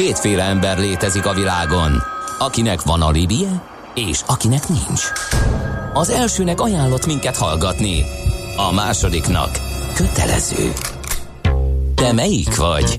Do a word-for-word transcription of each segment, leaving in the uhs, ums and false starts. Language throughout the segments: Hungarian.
Kétféle ember létezik a világon, akinek van alibije, és akinek nincs. Az elsőnek ajánlott minket hallgatni, a másodiknak kötelező. Te melyik vagy?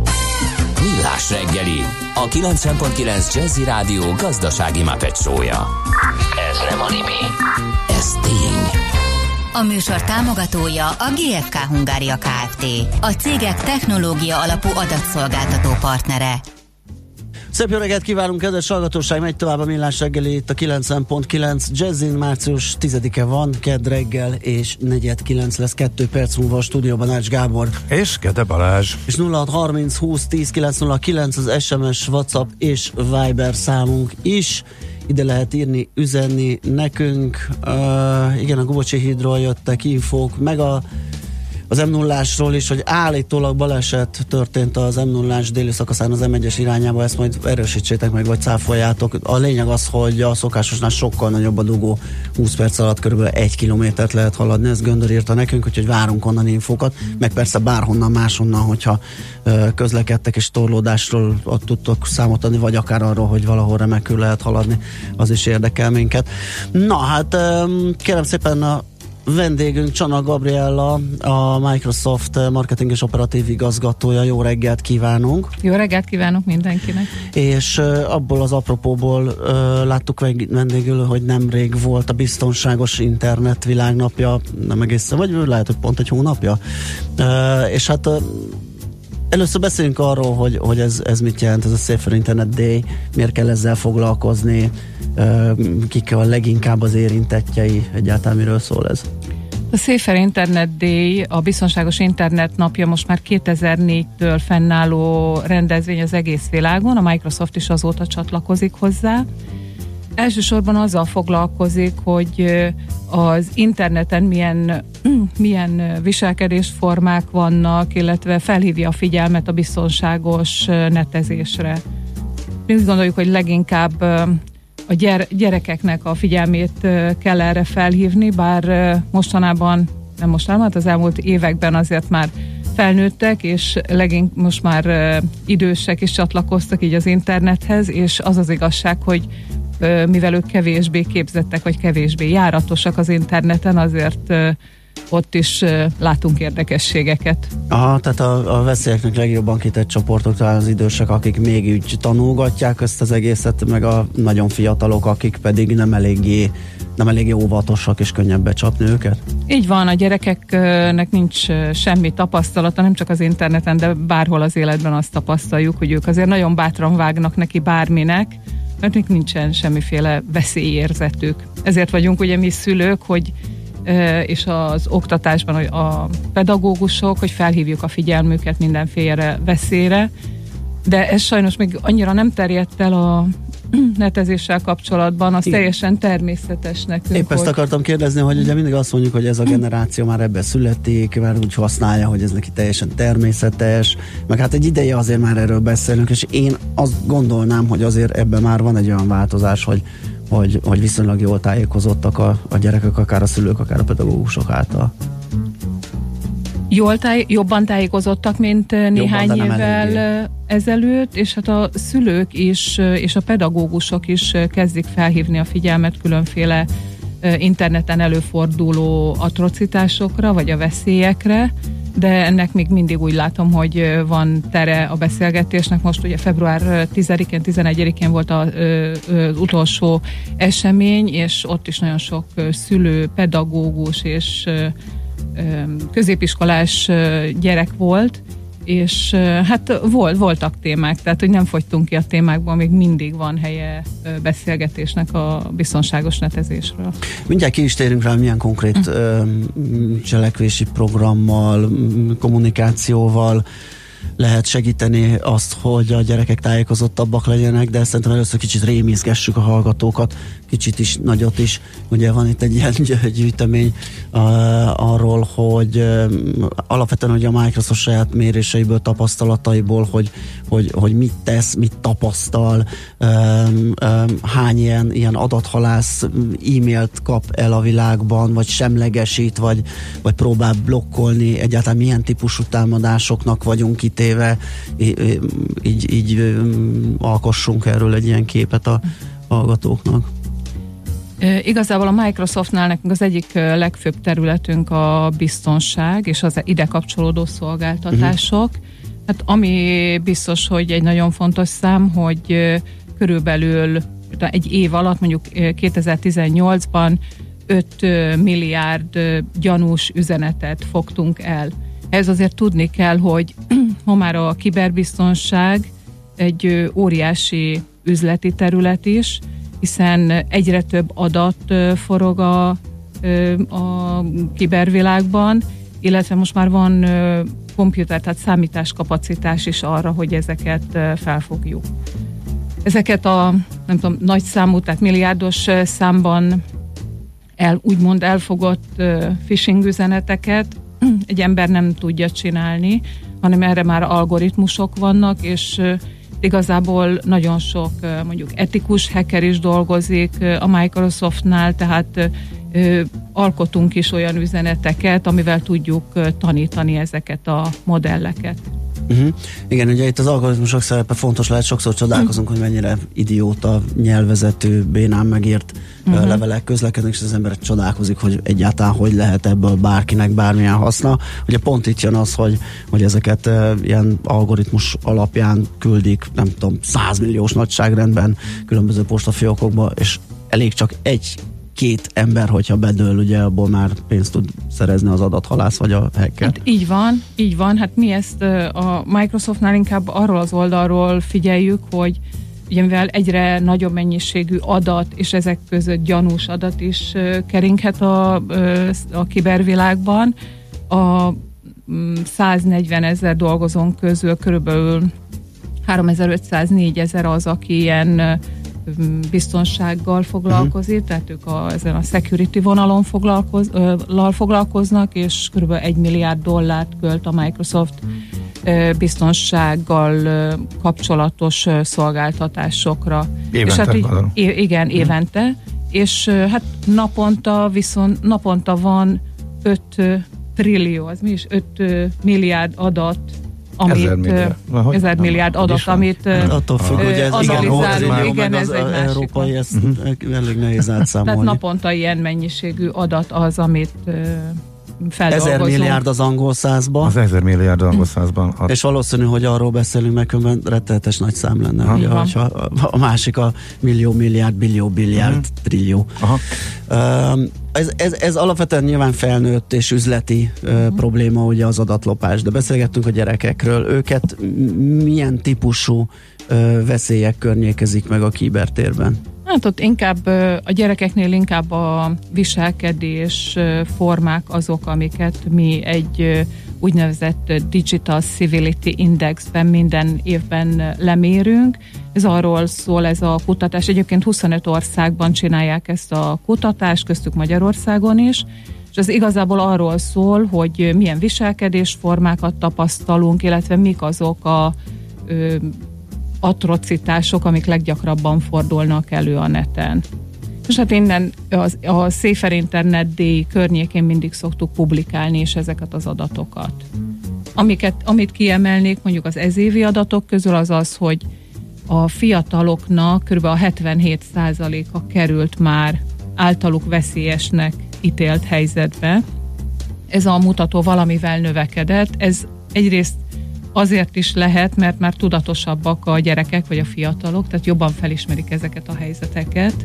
Millás reggeli, a kilencven pont kilenc Jazzy Rádió gazdasági Muppet show-ja. Ez nem anime, ez tény. A műsor támogatója a gé ef ká Hungária Kft. A cégek technológia alapú adatszolgáltató partnere. Szép jó reggelt kívánunk, kedves hallgatóság, megy tovább a Millás reggeli itt a kilencven pont kilenc Jazzin, március tizedike van, kedd reggel, és negyed kilenc lesz, kettő perc múlva a stúdióban Ács Gábor. És Kede Balázs. És nulla hat harminc húsz tíz kilenc nulla kilenc az es em es, WhatsApp és Viber számunk is. Ide lehet írni, üzenni nekünk. Uh, igen, a Gubocsi hídról jöttek infók, meg a az em nullásról is, hogy állítólag baleset történt az em nullás déli szakaszán az em egyes irányába, ezt majd erősítsétek meg, vagy cáfoljátok. A lényeg az, hogy a szokásosnál sokkal nagyobb a dugó, húsz perc alatt körülbelül egy kilométert lehet haladni, ezt Göndör írta nekünk, úgyhogy várunk onnan infókat, meg persze bárhonnan máshonnan, hogyha ö, közlekedtek és torlódásról ott tudtok számot adni, vagy akár arról, hogy valahol remekül lehet haladni, az is érdekel minket. Na hát ö, kérem szépen a vendégünk Csana Gabriella, a Microsoft marketing és operatív igazgatója. Jó reggelt kívánunk! Jó reggelt kívánok mindenkinek! És uh, abból az apropóból uh, láttuk vendégül, hogy nemrég volt a biztonságos internet világnapja, nem egészen, vagy lehet, hogy pont egy hónapja. Uh, és hát uh, először beszéljünk arról, hogy, hogy ez, ez mit jelent, ez a Safer Internet Day, miért kell ezzel foglalkozni, kik a leginkább az érintettjei, egyáltalán miről szól ez? A Safer Internet Day, a biztonságos internet napja most már kétezer-négytől fennálló rendezvény az egész világon, a Microsoft is azóta csatlakozik hozzá. Elsősorban azzal foglalkozik, hogy az interneten milyen, milyen viselkedésformák vannak, illetve felhívja a figyelmet a biztonságos netezésre. Mi úgy gondoljuk, hogy leginkább a gyere, gyerekeknek a figyelmét kell erre felhívni, bár mostanában, nem mostanában, hát az elmúlt években azért már felnőttek, és legink most már idősek is csatlakoztak így az internethez, és az az igazság, hogy mivel ők kevésbé képzettek, vagy kevésbé járatosak az interneten, azért ott is látunk érdekességeket. Aha, tehát a, a veszélyeknek legjobban kitett csoportok talán az idősek, akik még úgy tanulgatják ezt az egészet, meg a nagyon fiatalok, akik pedig nem eléggé, nem eléggé óvatosak, és könnyebb becsapni őket? Így van, a gyerekeknek nincs semmi tapasztalata, nem csak az interneten, de bárhol az életben azt tapasztaljuk, hogy ők azért nagyon bátran vágnak neki bárminek, mert még nincsen semmiféle veszélyérzetük. Ezért vagyunk ugye mi szülők, hogy és az oktatásban a pedagógusok, hogy felhívjuk a figyelmüket mindenféle veszélyre, de ez sajnos még annyira nem terjedt el a netezéssel kapcsolatban, az Igen. teljesen természetes nekünk. Épp ezt hogy... akartam kérdezni, hogy ugye mindig azt mondjuk, hogy ez a generáció már ebbe születik, mert úgy használja, hogy ez neki teljesen természetes, meg hát egy ideje azért már erről beszélünk, és én azt gondolnám, hogy azért ebben már van egy olyan változás, hogy Hogy, hogy viszonylag jól tájékozottak a, a gyerekek, akár a szülők, akár a pedagógusok által. Jól táj, jobban tájékozottak, mint néhány jobban, évvel ezelőtt, és hát a szülők is, és a pedagógusok is kezdik felhívni a figyelmet különféle interneten előforduló atrocitásokra, vagy a veszélyekre, de ennek még mindig úgy látom, hogy van tere a beszélgetésnek. Most ugye február tizedikén, tizenegyedikén volt az utolsó esemény, és ott is nagyon sok szülő, pedagógus és középiskolás gyerek volt, és hát volt, voltak témák, tehát hogy nem fogytunk ki a témákból, még mindig van helye beszélgetésnek a biztonságos netezésről. Mindjárt ki is térünk rá, milyen konkrét mm. cselekvési programmal, kommunikációval lehet segíteni azt, hogy a gyerekek tájékozottabbak legyenek, de szerintem először kicsit rémizgessük a hallgatókat, kicsit is, nagyot is. Ugye van itt egy ilyen gyűjtemény uh, arról, hogy uh, alapvetően hogy a Microsoft saját méréseiből, tapasztalataiból, hogy, hogy, hogy mit tesz, mit tapasztal, um, um, hány ilyen, ilyen adathalász e-mailt kap el a világban, vagy semlegesít, vagy, vagy próbál blokkolni, egyáltalán milyen típusú támadásoknak vagyunk kitéve, így, így, így alkossunk erről egy ilyen képet a hallgatóknak. E, igazából a Microsoftnál nekünk az egyik legfőbb területünk a biztonság és az ide kapcsolódó szolgáltatások. Uh-huh. Hát ami biztos, hogy egy nagyon fontos szám, hogy körülbelül egy év alatt, mondjuk kétezer-tizennyolcban öt milliárd gyanús üzenetet fogtunk el. Ez azért tudni kell, hogy ma már a kiberbiztonság egy óriási üzleti terület is, hiszen egyre több adat forog a, a kibervilágban, illetve most már van komputer, tehát számításkapacitás is arra, hogy ezeket felfogjuk. Ezeket a nem tudom, nagy számú, tehát milliárdos számban el, úgymond elfogott phishing üzeneteket egy ember nem tudja csinálni, hanem erre már algoritmusok vannak, és igazából nagyon sok mondjuk etikus hacker is dolgozik a Microsoftnál, tehát ö, alkotunk is olyan üzeneteket, amivel tudjuk tanítani ezeket a modelleket. Uh-huh. Igen, ugye itt az algoritmusok szerepe fontos lehet, sokszor csodálkozunk, uh-huh. hogy mennyire idióta, nyelvezető, bénán megírt uh-huh. levelek közlekednek, és az ember csodálkozik, hogy egyáltalán hogy lehet ebből bárkinek bármilyen haszna. Ugye pont itt jön az, hogy, hogy ezeket uh, ilyen algoritmus alapján küldik, nem tudom, százmilliós nagyságrendben különböző postafiókokba, és elég csak egy két ember, hogyha bedől, ugye abból már pénzt tud szerezni az adathalász vagy a hacker. Hát így van, így van. Hát mi ezt a Microsoftnál inkább arról az oldalról figyeljük, hogy ugye mivel egyre nagyobb mennyiségű adat, és ezek között gyanús adat is keringhet a, a kibervilágban, a száznegyven ezer dolgozónk közül körülbelül háromezer-ötszáz-négyezer az, aki ilyen biztonsággal foglalkozik, uh-huh. tehát ők a, ezen a security vonalon foglalkoz, ö, foglalkoznak, és kb. egy milliárd dollárt költ a Microsoft ö, biztonsággal ö, kapcsolatos ö, szolgáltatásokra. Évente, és hát így, é, igen, uh-huh. évente, és ö, hát naponta viszont naponta van öt trillió, az mi is öt milliárd adat, amit, ezer milliárd, uh, ezer milliárd adat, amit attól függ, hogy ez analizálunk, igen, ez egy másik európai, ezt uh-huh. elég nehéz átszámolni. Tehát naponta ilyen mennyiségű adat az, amit uh, feldolgozunk. Ezer milliárd az angol százban. Az ezer milliárd angol százban. Ad. És valószínű, hogy arról beszélünk, mert különben rettenetes nagy szám lenne. Ha. Ugye, hogyha a másik a millió, milliárd, billió, billiárd, uh-huh. trillió. Aha. Um, Ez, ez, ez alapvetően nyilván felnőtt és üzleti uh, uh-huh. probléma, ugye az adatlopás, de beszélgettünk a gyerekekről. Őket milyen típusú uh, veszélyek környékezik meg a kibertérben? Hát ott inkább a gyerekeknél inkább a viselkedés formák azok, amiket mi egy úgynevezett Digital Civility Indexben minden évben lemérünk. Ez arról szól ez a kutatás. Egyébként huszonöt országban csinálják ezt a kutatást, köztük Magyarországon is, és ez igazából arról szól, hogy milyen viselkedésformákat tapasztalunk, illetve mik azok a ö, atrocitások, amik leggyakrabban fordulnak elő a neten. És hát innen az, a Safer Internet Day környékén mindig szoktuk publikálni is ezeket az adatokat. Amiket, amit kiemelnék mondjuk az ezévi adatok közül az az, hogy a fiataloknak kb. A hetvenhét százaléka került már általuk veszélyesnek ítélt helyzetbe. Ez a mutató valamivel növekedett. Ez egyrészt azért is lehet, mert már tudatosabbak a gyerekek vagy a fiatalok, tehát jobban felismerik ezeket a helyzeteket.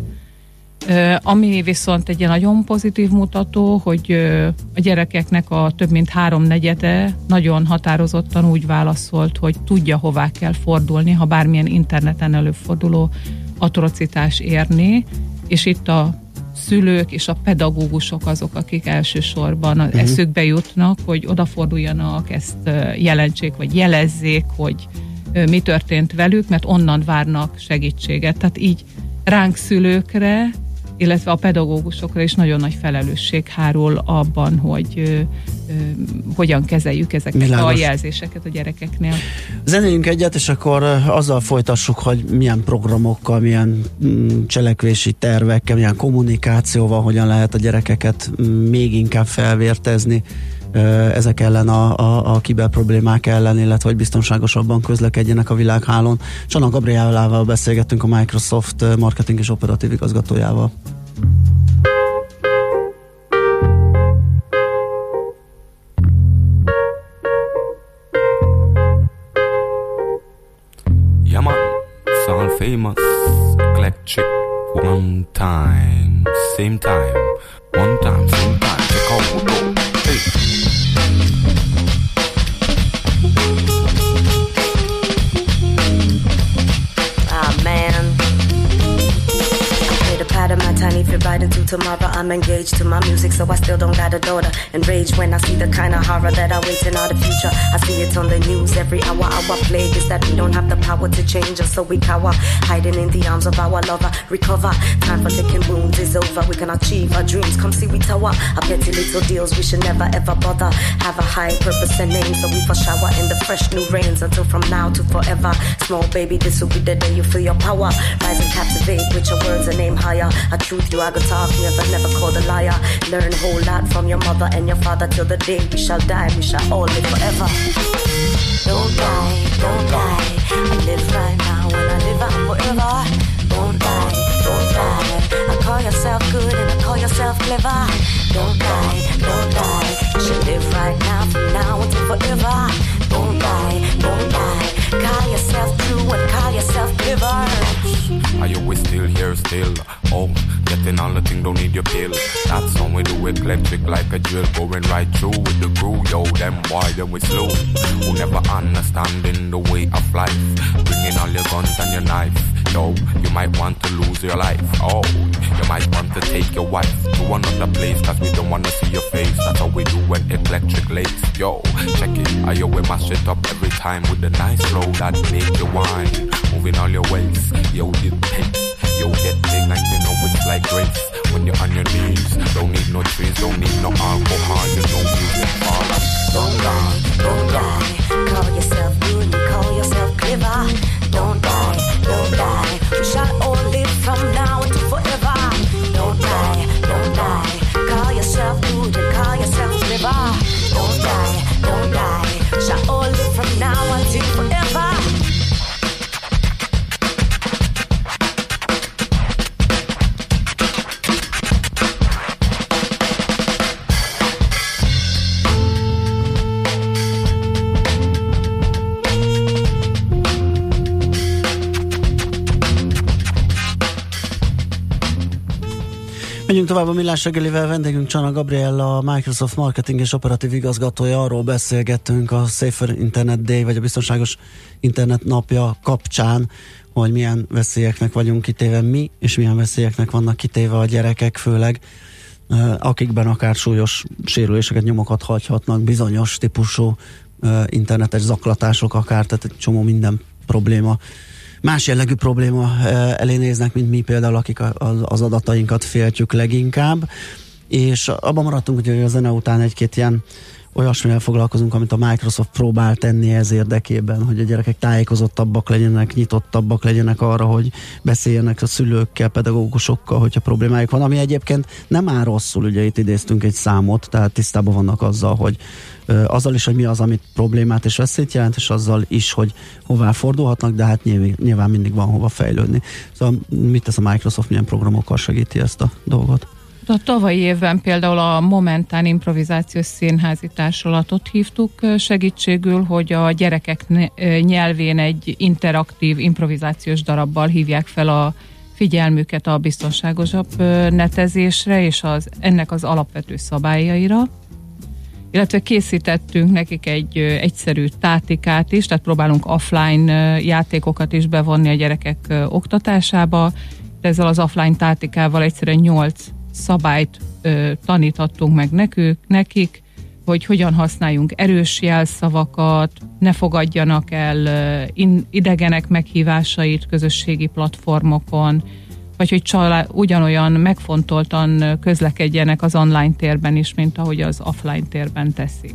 Ami viszont egy nagyon pozitív mutató, hogy a gyerekeknek a több mint háromnegyede nagyon határozottan úgy válaszolt, hogy tudja, hová kell fordulni, ha bármilyen interneten előforduló atrocitás érni, és itt a szülők és a pedagógusok azok, akik elsősorban az uh-huh. eszükbe jutnak, hogy odaforduljanak, ezt jelentsék, vagy jelezzék, hogy mi történt velük, mert onnan várnak segítséget. Tehát így ránk szülőkre, illetve a pedagógusokra is nagyon nagy felelősség hárul abban, hogy ö, ö, hogyan kezeljük ezeket Világos. A jelzéseket a gyerekeknél. Zenéljünk egyet, és akkor azzal folytassuk, hogy milyen programokkal, milyen mm, cselekvési tervekkel, milyen kommunikációval, hogyan lehet a gyerekeket mm, még inkább felvértezni ezek ellen a, a, a kiber problémák ellen, illetve hogy biztonságosabban közlekedjenek a világhálón. Csana Gabrielával beszélgettünk, a Microsoft marketing és operatív igazgatójával. Yeah man, it's all famous, eclectic, one time, same time, one time, same time, check out we go, hey. Ah man, I played a part of my tiny fit right into tomorrow. I'm engaged to my music, so I still don't got a daughter. Enraged when I see the kind of horror that awaits in all the future. I see it on the news every hour. Our plague is that we don't have the power to change us, so we cower, hiding in the arms of our lover. Recover, time for licking wounds is over. We can achieve our dreams, come see we tower. Our petty little deals, we should never ever bother. Have a high purpose and name, so we for shower in the fresh new rains until from now to forever. Small baby, this will be the day you feel your power. Rise and captivate with your words and aim higher. A truth you are gonna talk, never never called a liar. Learn a whole lot from your mother and your father till the day we shall die. We shall all live forever. Don't die, don't die. I live right now and I live on forever. Don't die, don't die. I call yourself good and I call yourself clever. Don't die, don't die. You should live right now from now until forever. Don't die, don't die. Call yourself true and call yourself clever. Are you we still here still? Oh, getting all the thing, don't need your pill. That's how we do it, electric like a drill. Going right through with the crew, yo, them boy, then we slow. Who never understanding the way of life. Bringing all your guns and your knife. Yo, you might want to lose your life. Oh, you might want to take your wife to another place, cause we don't wanna see your face. That's how we do it, electric lace. Yo, check it, I yo, we mash it up every time with the nice flow that make you whine. Moving all your ways, yo, did pace. Yo, get big like you know it's like grace. When you're on your knees, don't need no trees, don't need no alcohol, you know music all up. Don't die, don't die. Call yourself good and call yourself clever. Don't die, don't die. We shall all live from now until forever. Don't die, don't die. Call yourself good and call yourself clever. Don't die, don't die. We shall all live from now until forever. Menjünk tovább a Millás reggelivel, vendégünk Csana Gabriella, a Microsoft marketing és operatív igazgatója. Arról beszélgettünk a Safer Internet Day, vagy a Biztonságos Internet napja kapcsán, hogy milyen veszélyeknek vagyunk kitéve mi, és milyen veszélyeknek vannak kitéve a gyerekek, főleg akikben akár súlyos sérüléseket, nyomokat hagyhatnak, bizonyos típusú internetes zaklatások akár, tehát egy csomó minden probléma, más jellegű probléma elé néznek, mint mi például, akik az adatainkat féltjük leginkább, és abban maradtunk, hogy a zene után egy-két ilyen olyasmivel foglalkozunk, amit a Microsoft próbál tenni ez érdekében, hogy a gyerekek tájékozottabbak legyenek, nyitottabbak legyenek arra, hogy beszéljenek a szülőkkel, pedagógusokkal, hogyha problémájuk van, ami egyébként nem áll rosszul, ugye itt idéztünk egy számot, tehát tisztában vannak azzal, hogy ö, azzal is, hogy mi az, amit problémát és veszélyt jelent, és azzal is, hogy hová fordulhatnak, de hát nyilván, nyilván mindig van hova fejlődni. Szóval mit tesz a Microsoft, milyen programokkal segíti ezt a dolgot? A tavalyi évben például a Momentán Improvizációs Színházi Társulatot hívtuk segítségül, hogy a gyerekek nyelvén egy interaktív improvizációs darabbal hívják fel a figyelmüket a biztonságosabb netezésre és az, ennek az alapvető szabályaira. Illetve készítettünk nekik egy egyszerű tátikát is, tehát próbálunk offline játékokat is bevonni a gyerekek oktatásába. Ezzel az offline tátikával egyszerűen nyolc szabályt ö, taníthattunk meg nekük, nekik, hogy hogyan használjunk erős jelszavakat, ne fogadjanak el ö, in, idegenek meghívásait közösségi platformokon, vagy hogy csalá, ugyanolyan megfontoltan közlekedjenek az online térben is, mint ahogy az offline térben teszik.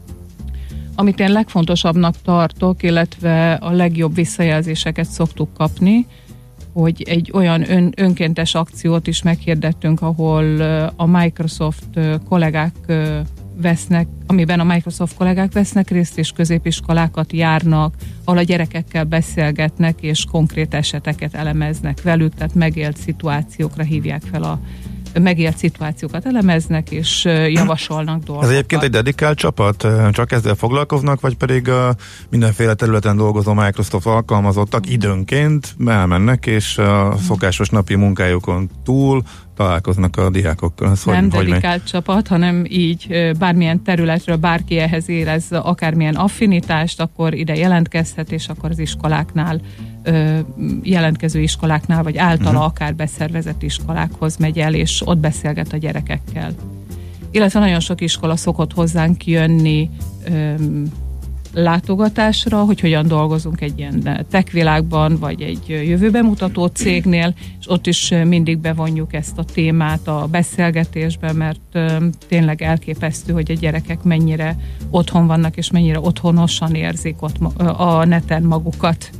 Amit én legfontosabbnak tartok, illetve a legjobb visszajelzéseket szoktuk kapni, hogy egy olyan ön, önkéntes akciót is meghirdettünk, ahol a Microsoft kollégák vesznek, amiben a Microsoft kollégák vesznek részt, és középiskolákat járnak, ahol a gyerekekkel beszélgetnek, és konkrét eseteket elemeznek velük, tehát megélt szituációkra hívják fel a megélt szituációkat elemeznek, és javasolnak dolgokat. Ez egyébként egy dedikált csapat? Csak ezzel foglalkoznak, vagy pedig a mindenféle területen dolgozó Microsoft alkalmazottak időnként elmennek, és a szokásos napi munkájukon túl találkoznak a diákokkal? Ez nem hogy, dedikált hogy csapat, hanem így bármilyen területről bárki ehhez érez akármilyen affinitást, akkor ide jelentkezhet, és akkor az iskoláknál, jelentkező iskoláknál, vagy általa uh-huh. akár beszervezett iskolákhoz megy el, és ott beszélget a gyerekekkel. Illetve nagyon sok iskola szokott hozzánk jönni öm, látogatásra, hogy hogyan dolgozunk egy ilyen tech világban, vagy egy jövőbe mutató cégnél, és ott is mindig bevonjuk ezt a témát a beszélgetésbe, mert öm, tényleg elképesztő, hogy a gyerekek mennyire otthon vannak, és mennyire otthonosan érzik ott a neten magukat.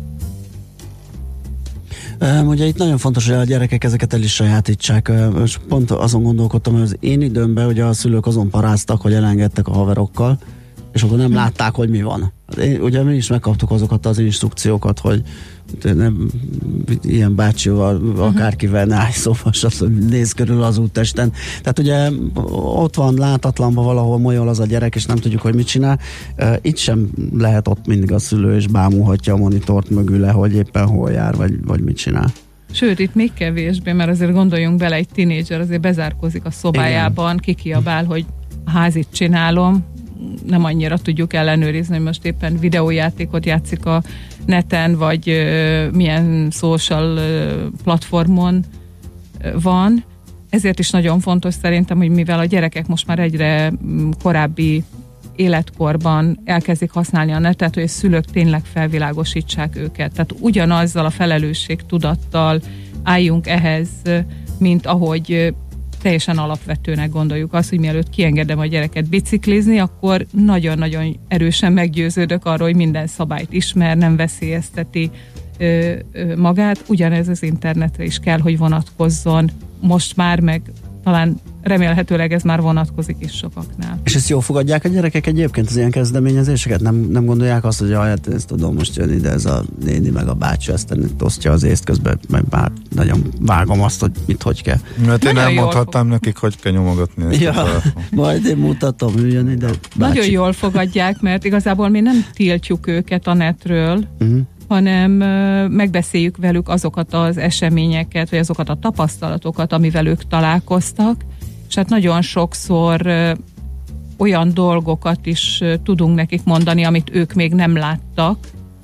Um, ugye itt nagyon fontos, hogy a gyerekek ezeket el is sajátítsák. És pont azon gondolkodtam, hogy az én időmben ugye a szülők azon paráztak, hogy elengedtek a haverokkal, és akkor nem látták, hogy mi van. Én, ugye mi is megkaptuk azokat az instrukciókat, hogy nem, ilyen bácsival, akárkivel ne állj szóval, hogy nézz körül az úttesten. Tehát ugye ott van látatlanban valahol molyol az a gyerek, és nem tudjuk, hogy mit csinál. Itt sem lehet ott mindig a szülő, és bámulhatja a monitort mögüle, hogy éppen hol jár, vagy, vagy mit csinál. Sőt, itt még kevésbé, mert azért gondoljunk bele, egy tinédzser azért bezárkózik a szobájában, igen. Kikiabál, hogy házit csinálom, nem annyira tudjuk ellenőrizni, hogy most éppen videójátékot játszik a neten, vagy ö, milyen social ö, platformon ö, van. Ezért is nagyon fontos szerintem, hogy mivel a gyerekek most már egyre korábbi életkorban elkezdik használni a netet, hogy a szülők tényleg felvilágosítsák őket. Tehát ugyanazzal a felelősségtudattal álljunk ehhez, mint ahogy teljesen alapvetőnek gondoljuk azt, hogy mielőtt kiengedem a gyereket biciklizni, akkor nagyon-nagyon erősen meggyőződök arról, hogy minden szabályt ismer, nem veszélyezteti ö, ö, magát. Ugyanez az internetre is kell, hogy vonatkozzon most már, meg talán remélhetőleg ez már vonatkozik is sokaknál. És ezt jól fogadják a gyerekek egyébként, az ilyen kezdeményezéseket? Nem, nem gondolják azt, hogy hát ezt tudom most jön ide, ez a néni meg a bácsi, ezt osztja az észt közben, meg bár nagyon vágom azt, hogy mit, hogy kell. Mert én elmondhattam nekik, hogy kell nyomogatni ezt. Ja, majd én mutatom, jön ide, bácsi. Nagyon jól fogadják, mert igazából mi nem tiltjuk őket a netről, uh-huh. hanem megbeszéljük velük azokat az eseményeket, vagy azokat a tapasztalatokat, amivel ők találkoztak, és hát nagyon sokszor ö, olyan dolgokat is ö, tudunk nekik mondani, amit ők még nem láttak,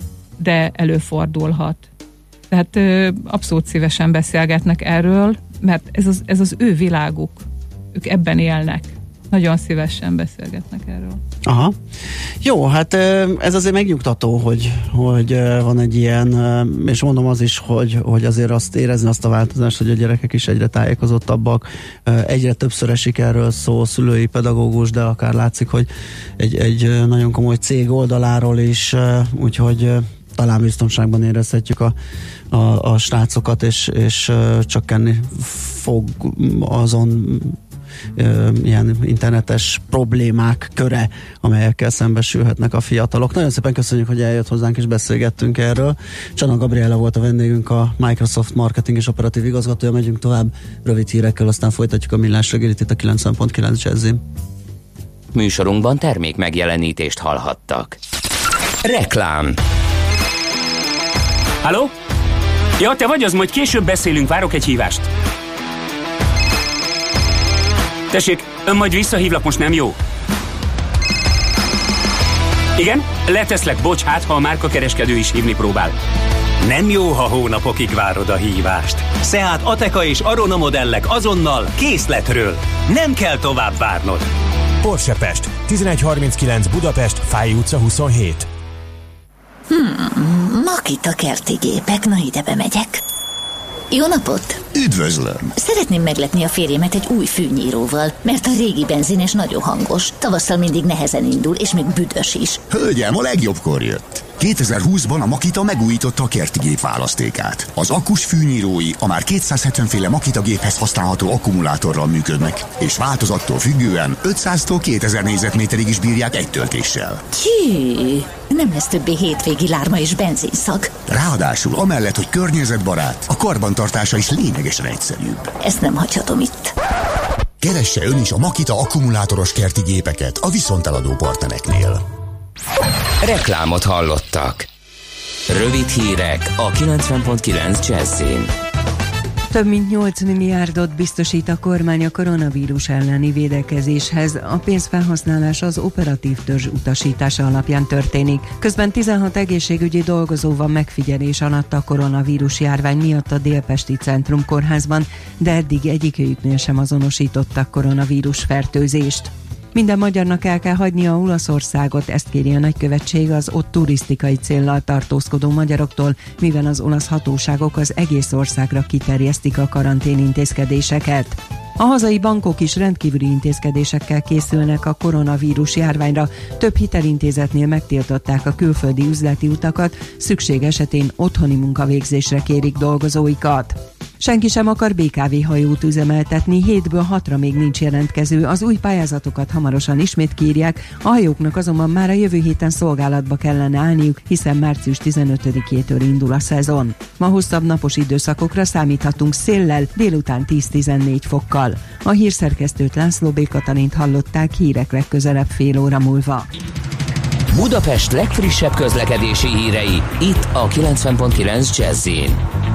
de előfordulhat. Tehát ö, abszolút szívesen beszélgetnek erről, mert ez az, ez az ő világuk. Ők ebben élnek. Nagyon szívesen beszélgetnek erről. Aha. Jó, hát ez azért megnyugtató, hogy, hogy van egy ilyen, és mondom az is, hogy, hogy azért azt érezni azt a változást, hogy a gyerekek is egyre tájékozottabbak, egyre többször esik erről szó, szülői, pedagógus, de akár látszik, hogy egy, egy nagyon komoly cég oldaláról is, úgyhogy talán biztonságban érezhetjük a, a, a srácokat, és, és csökkenni fog azon ilyen internetes problémák köre, amelyekkel szembesülhetnek a fiatalok. Nagyon szépen köszönjük, hogy eljött hozzánk és beszélgettünk erről. Csana Gabriella volt a vendégünk, a Microsoft marketing és operatív igazgatója. Megyünk tovább rövid hírekkel, aztán folytatjuk a millás reggelit itt a kilencven pont kilenc Jazzin. Műsorunkban termék megjelenítést hallhattak. Reklám. Halló? Ja, te vagy az, majd később beszélünk, várok egy hívást. Tessék, ön majd visszahívlak, most nem jó? Igen? Leteszlek, bocs, hát ha a márkakereskedő is hívni próbál. Nem jó, ha hónapokig várod a hívást. Seat Ateca és Arona modellek azonnal készletről. Nem kell tovább várnod. Porsche Pest, tizenegy harminckilenc Budapest, Fáy utca huszonhét. Hmm, Makita kerti gépek, na ide bemegyek. Jó napot! Üdvözlöm! Szeretném meglepni a férjemet egy új fűnyíróval, mert a régi benzines nagyon hangos. Tavasszal mindig nehezen indul, és még büdös is. Hölgyem, a legjobbkor jött. kétezer-húszban a Makita megújította a kerti gép választékát. Az akkus fűnyírói a már kétszázhetven féle Makita géphez használható akkumulátorral működnek, és változattól függően ötszáztól kétezer négyzetméterig is bírják egy töltéssel. Jé, nem lesz többé hétvégi lárma és benzinszag. Ráadásul amellett, hogy környezetbarát, a karbantartása is lényegesen egyszerűbb. Ezt nem hagyhatom itt. Keresse ön is a Makita akkumulátoros kerti gépeket a viszonteladó partnereknél. Reklámot hallottak. Rövid hírek a kilencven pont kilenc Jazzin. Több mint nyolc milliárdot biztosít a kormány a koronavírus elleni védekezéshez. A pénzfelhasználás az operatív törzs utasítása alapján történik. Közben tizenhat egészségügyi dolgozó van megfigyelés alatt a koronavírus járvány miatt a Délpesti Centrum Kórházban, de eddig egyikőjüknél sem azonosítottak koronavírus fertőzést. Minden magyarnak el kell hagynia Olaszországot, ezt kéri a nagykövetség az ott turisztikai céllal tartózkodó magyaroktól, mivel az olasz hatóságok az egész országra kiterjesztik a karanténintézkedéseket. A hazai bankok is rendkívüli intézkedésekkel készülnek a koronavírus járványra. Több hitelintézetnél megtiltották a külföldi üzleti utakat, szükség esetén otthoni munkavégzésre kérik dolgozóikat. Senki sem akar bé ká vé hajót üzemeltetni, hétből hatra még nincs jelentkező, az új pályázatokat hamarosan ismét kírják, a hajóknak azonban már a jövő héten szolgálatba kellene állniuk, hiszen március tizenötödikétől indul a szezon. Ma hosszabb napos időszakokra számíthatunk széllel, délután tíz-tizennégy fokkal. A hírszerkesztőt, László B. Katalint hallották, hírek legközelebb fél óra múlva. Budapest legfrissebb közlekedési hírei, itt a kilencven pont kilenc Jazzin.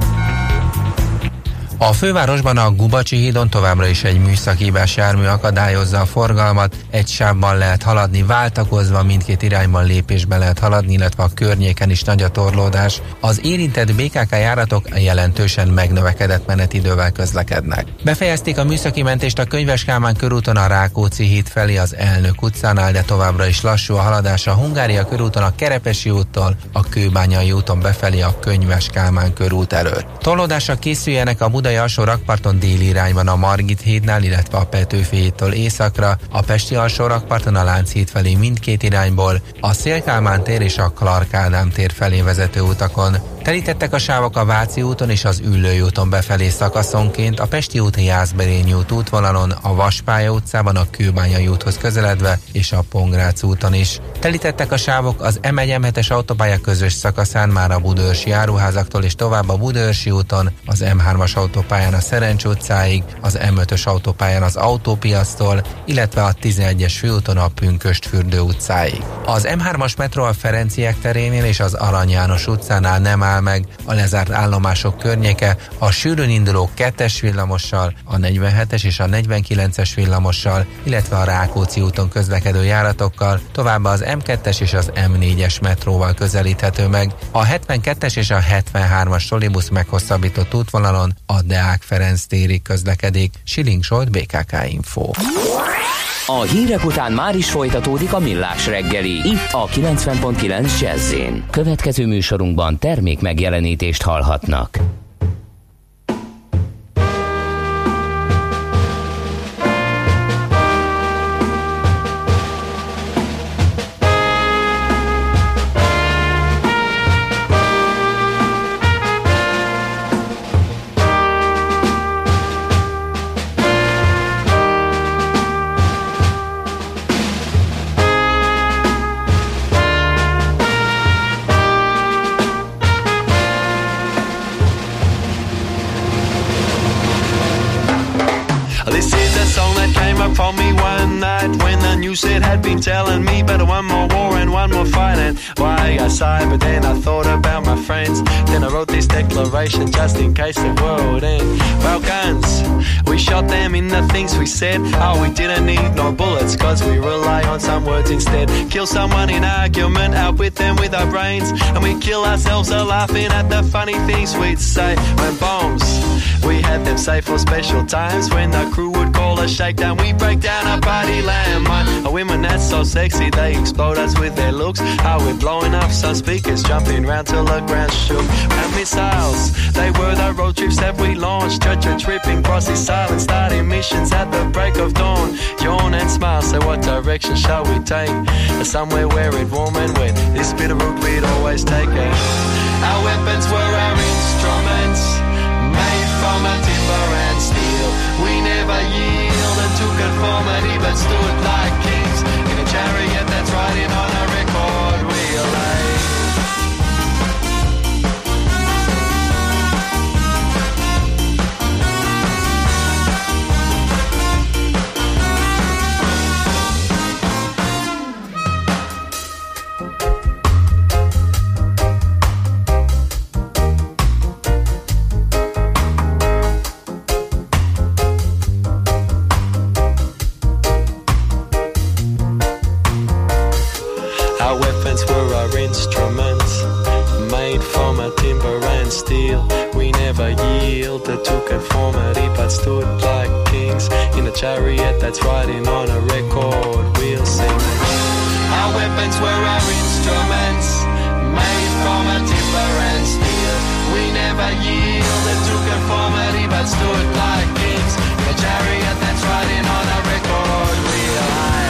A fővárosban a Gubacsi hídon továbbra is egy műszakhibás jármű akadályozza a forgalmat, egy sávban lehet haladni váltakozva, mindkét irányban lépésbe lehet haladni, illetve a környéken is nagy a torlódás. Az érintett bé ká ká járatok jelentősen megnövekedett menetidővel közlekednek. Befejezték a műszaki mentést a Könyves Kálmán körúton a Rákóczi híd felé az Elnök utcánál, de továbbra is lassú a haladás a Hungária körúton a Kerepesi úttól, a Kőbányai úton befelé a Könyves Kálmán körút előtt. Torlódásra készüljenek a Budai alsó rakparton déli irányban a Margit hídnál, illetve a Petőfi hídtól északra, a Pesti alsó rakparton a Lánchíd felé mindkét irányból, a Széll-Kálmán tér és a Clark Ádám tér felé vezető utakon. Telítettek a sávok a Váci úton és az Üllői úton befelé szakaszonként, a Pesti út Jászberényi út útvonalon, a Vaspálya utcában a Kőbányai úthoz közeledve és a Pongrác úton is. Telítettek a sávok az em egy em hetes autópálya közös szakaszán már a budaörsi áruházaktól és tovább a Budaörsi úton, az em hármas autópályán a Szerencs utcáig, az em ötös autópályán az Autópiasztól, illetve a tizenegyes főúton a Pünkösdfürdő utcáig. Az em hármas metró a Ferenciek terénél és az Arany János utcánál nem áll meg, a lezárt állomások környéke a sűrűn induló kettes villamossal, a negyvenhetes és a negyvenkilences villamossal, illetve a Rákóczi úton közlekedő járatokkal, továbbá az em kettes és az em négyes metróval közelíthető meg. A hetvenkettes és a hetvenhármas trollibusz meghosszabbított útvonalon a Deák Ferenc térig közlekedik. Schilling Zsolt, bé ká ká Info. A hírek után már is folytatódik a Millás reggeli, itt a kilencven pont kilenc Jazzin. Következő műsorunkban termék megjelenítést hallhatnak. It had been telling me better one more war and one more fight, and why I sighed, but then I thought about my friends. Then I wrote this declaration just in case the world ends. Well, guns, we shot them in the things we said. Oh, we didn't need no bullets, cause we rely on some words instead. Kill someone in argument, outwit them with our brains, and we kill ourselves a laughing at the funny things we'd say. When bombs, we had them safe for special times. When the crew would call a shakedown, we break down a party landmine. Women that's so sexy, they explode us with their looks. How we're blowing up some speakers, jumping round till the ground shook. And missiles, They were the road trips that we launched. Church tripping, crossy silence, starting missions at the break of dawn. Yawn and smile, say what direction shall we take? Somewhere where it warm and wet. This bit of route we'd always take it. Our weapons were our instruments, made from a timber and steel. We never yielded to conformity, but stood like kings in a chariot that's riding on a record wheel. Instruments made from a timber and steel. We never yielded to conformity, but stood like kings in a chariot that's riding on a record wheel. Sing. Our weapons were our instruments, made from a timber and steel. We never yielded to conformity, but stood like kings in a chariot that's riding on a record wheel.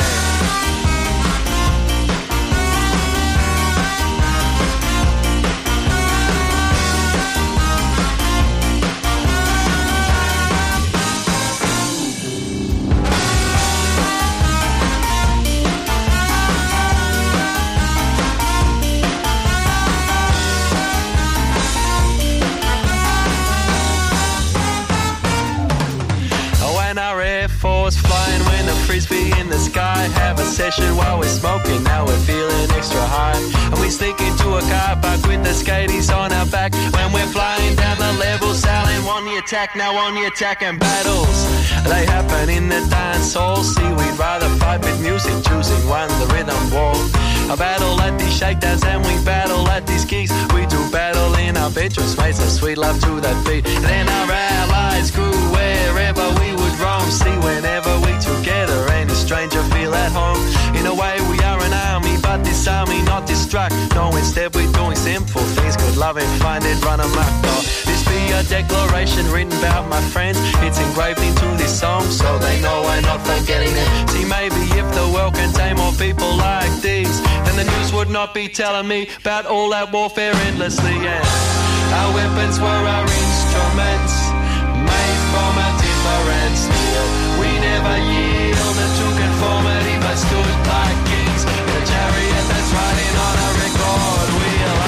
Flying when the frisbee in the sky. Have a session while we're smoking. Now we're feeling extra high, and we sneak into a car park with the skaties on our back. When we're flying down the level, sailing on the attack. Now on the attack, and battles they happen in the dance hall. See, we'd rather fight with music, choosing one the rhythm wall. A battle at these shakedowns, and we battle at these gigs. We do battle in our bedrooms, made some sweet love to that beat. Then our allies grew wherever we would roam. See, whenever we together, any stranger feel at home. In a way we are an army, but this army not destruct. No, instead we're doing simple things, good love and find it, run amok. Oh, this be a declaration written about my friends. It's engraved into this song, so they know I'm not forgetting it. See, maybe if the world contained more people like these, then the news would not be telling me about all that warfare endlessly. Yeah, our weapons were our instruments, made from a timber and steel. We never yielded to conformity, but stood like kings in a chariot that's riding on a record wheel.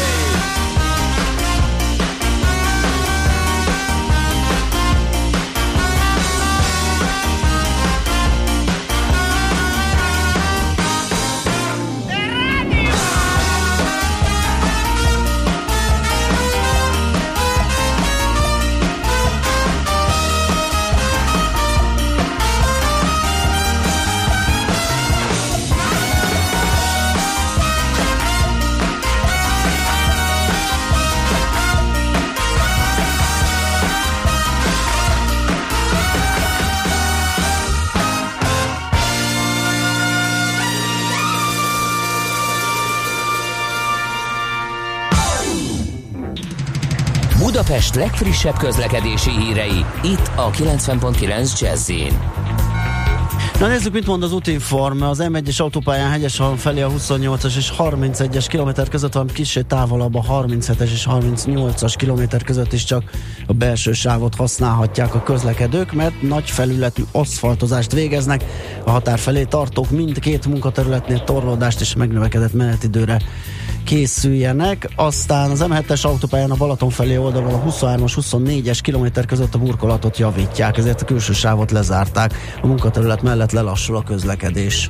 Budapest legfrissebb közlekedési hírei, itt a kilencven pont kilenc Jazz-in. Na nézzük, mit mond az Útinform. Az em egyes autópályán Hegyeshalom felé a huszonnyolcas és harmincegyes kilométer között van, kissé távolabb a harminchetes és harmincnyolcas kilométer között is csak a belső sávot használhatják a közlekedők, mert nagy felületű aszfaltozást végeznek. A határ felé tartók mindkét munkaterületnél torlódást és megnövekedett menetidőre készüljenek. Aztán az em hetes autópályán a Balaton felé oldalon a huszonhármas huszonnégyes kilométer között a burkolatot javítják, ezért a külső sávot lezárták. A munkaterület mellett lelassul a közlekedés.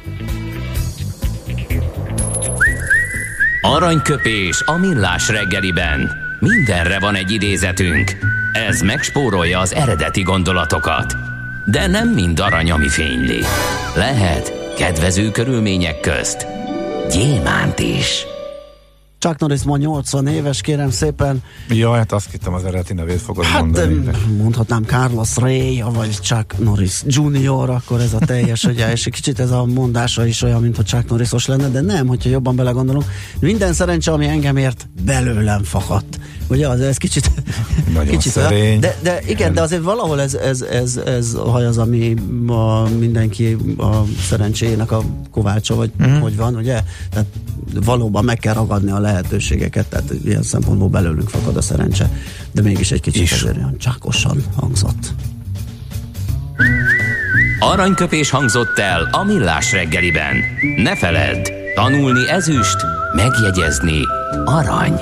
Aranyköpés a millás reggeliben. Mindenre van egy idézetünk. Ez megspórolja az eredeti gondolatokat. De nem mind arany, ami fényli. Lehet kedvező körülmények közt gyémánt is. Chuck Norris ma nyolcvan éves, kérem szépen. Ja, hát azt hittem, az eredeti nevét fogod hát, mondani. De... mondhatnám Carlos Ray, vagy Chuck Norris junior, akkor ez a teljes, ugye, és egy kicsit ez a mondása is olyan, mintha Chuck Norrisos lenne, de nem, hogyha jobban belegondolunk. Minden szerencse, ami engem ért, belőlem fakadt. Ugye, az, ez kicsit, kicsit szerény. De, de igen, de azért valahol ez, ez, ez, ez a haj az, ami a mindenki a szerencséjének a kovácsa, vagy uh-huh. hogy van, ugye? Tehát valóban meg kell ragadni a lehetőségeket, tehát ilyen szempontból belőlünk fakad a szerencse, de mégis egy kicsit is. Azért olyan csákosan hangzott. Aranyköpés hangzott el a Millás reggeliben. Ne feledd, tanulni ezüst, megjegyezni arany.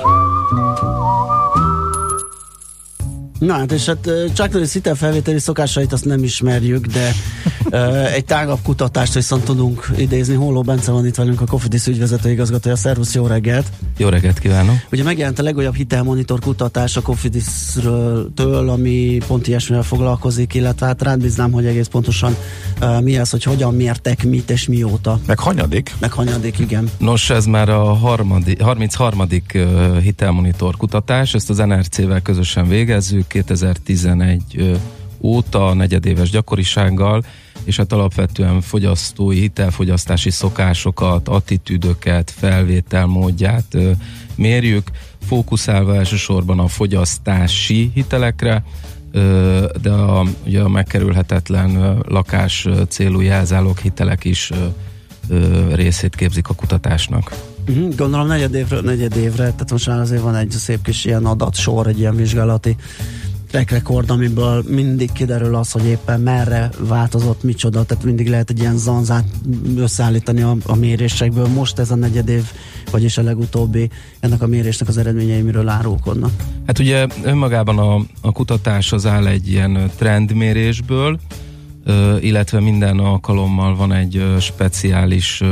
Na hát, és hát Chuck Norris hitelfelvételi szokásait azt nem ismerjük, de uh, egy tágabb kutatást viszont tudunk idézni. Holló Bence van itt velünk, a Cofidis ügyvezető igazgatója. Szervusz, jó reggelt! Jó reggelt kívánok! Ugye megjelent a legújabb hitelmonitor kutatás a Cofidis-től, ami pont ilyesmivel foglalkozik, illetve hát rád bíznám, hogy egész pontosan uh, mi az, hogy hogyan mértek, mit és mióta. Meg hanyadik. Meg hanyadik, igen. Nos, ez már a harmadik, harmincharmadik uh, hitelmonitor kutatás, ezt az en er cé-vel közösen végezzük, kétezer-tizenegy óta negyedéves gyakorisággal, és hát alapvetően fogyasztói, hitelfogyasztási szokásokat, attitűdöket, felvételmódját mérjük, fókuszálva elsősorban a fogyasztási hitelekre, de a, ugye a megkerülhetetlen lakás célú jelzálók hitelek is részét képzik a kutatásnak. Uh-huh, gondolom negyedévre, negyedévre, tehát most már azért van egy szép kis ilyen adatsor, egy ilyen vizsgálati rekord, amiből mindig kiderül az, hogy éppen merre változott, micsoda, tehát mindig lehet egy ilyen zanzát összeállítani a, a mérésekből. Most ez a negyedév, vagyis a legutóbbi, ennek a mérésnek az eredményei miről árulkodnak? Hát ugye önmagában a, a kutatás az áll egy ilyen trendmérésből, illetve minden alkalommal van egy speciális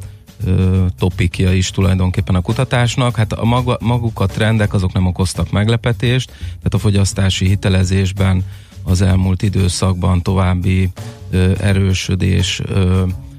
topikja is tulajdonképpen a kutatásnak. Hát a maga, maguk a trendek azok nem okoztak meglepetést, tehát a fogyasztási hitelezésben az elmúlt időszakban további ö, erősödés, ö, ö,